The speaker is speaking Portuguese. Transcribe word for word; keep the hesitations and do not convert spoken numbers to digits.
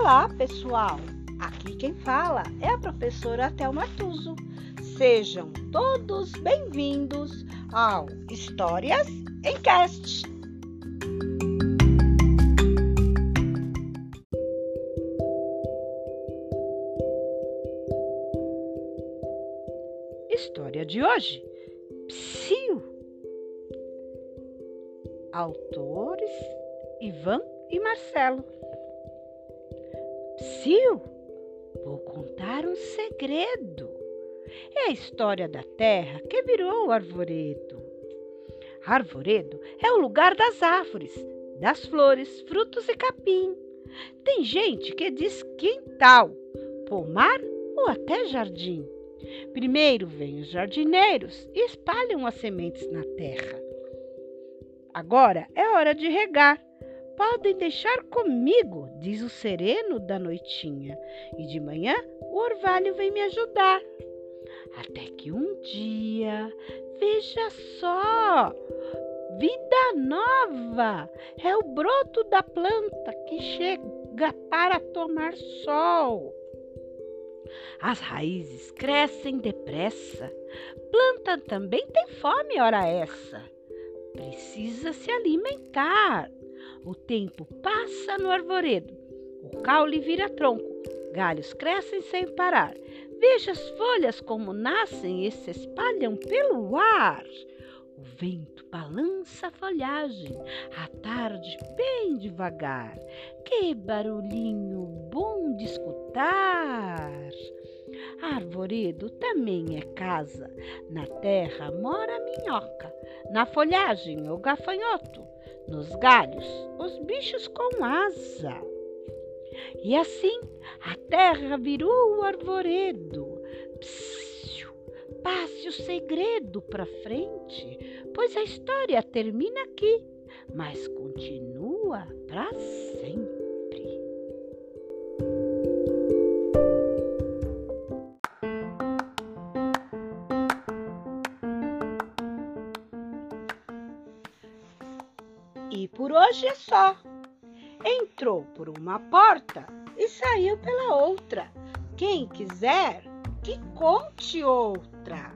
Olá, pessoal! Aqui quem fala é a professora Thelma Tuso. Sejam todos bem-vindos ao Histórias em Cast. História de hoje: Psiu. Autores Ivan e Marcelo. Psiu, vou contar um segredo. É a história da terra que virou arvoredo. Arvoredo é o lugar das árvores, das flores, frutos e capim. Tem gente que diz quintal, pomar ou até jardim. Primeiro vêm os jardineiros e espalham as sementes na terra. Agora é hora de regar. Podem deixar comigo, diz o sereno da noitinha, e de manhã o orvalho vem me ajudar. Até que um dia, veja só, vida nova, é o broto da planta que chega para tomar sol. As raízes crescem depressa, planta também tem fome hora essa, precisa se alimentar. O tempo passa no arvoredo, o caule vira tronco, galhos crescem sem parar. Veja as folhas como nascem e se espalham pelo ar. O vento balança a folhagem, à tarde bem devagar. Que barulhinho bom de escutar! Arvoredo também é casa, na terra mora a minhoca, na folhagem o gafanhoto, nos galhos os bichos com asa. E assim a terra virou o arvoredo. Psiu, passe o segredo para frente, pois a história termina aqui, mas continua para sempre. E por hoje é só. Entrou por uma porta e saiu pela outra. Quem quiser, que conte outra.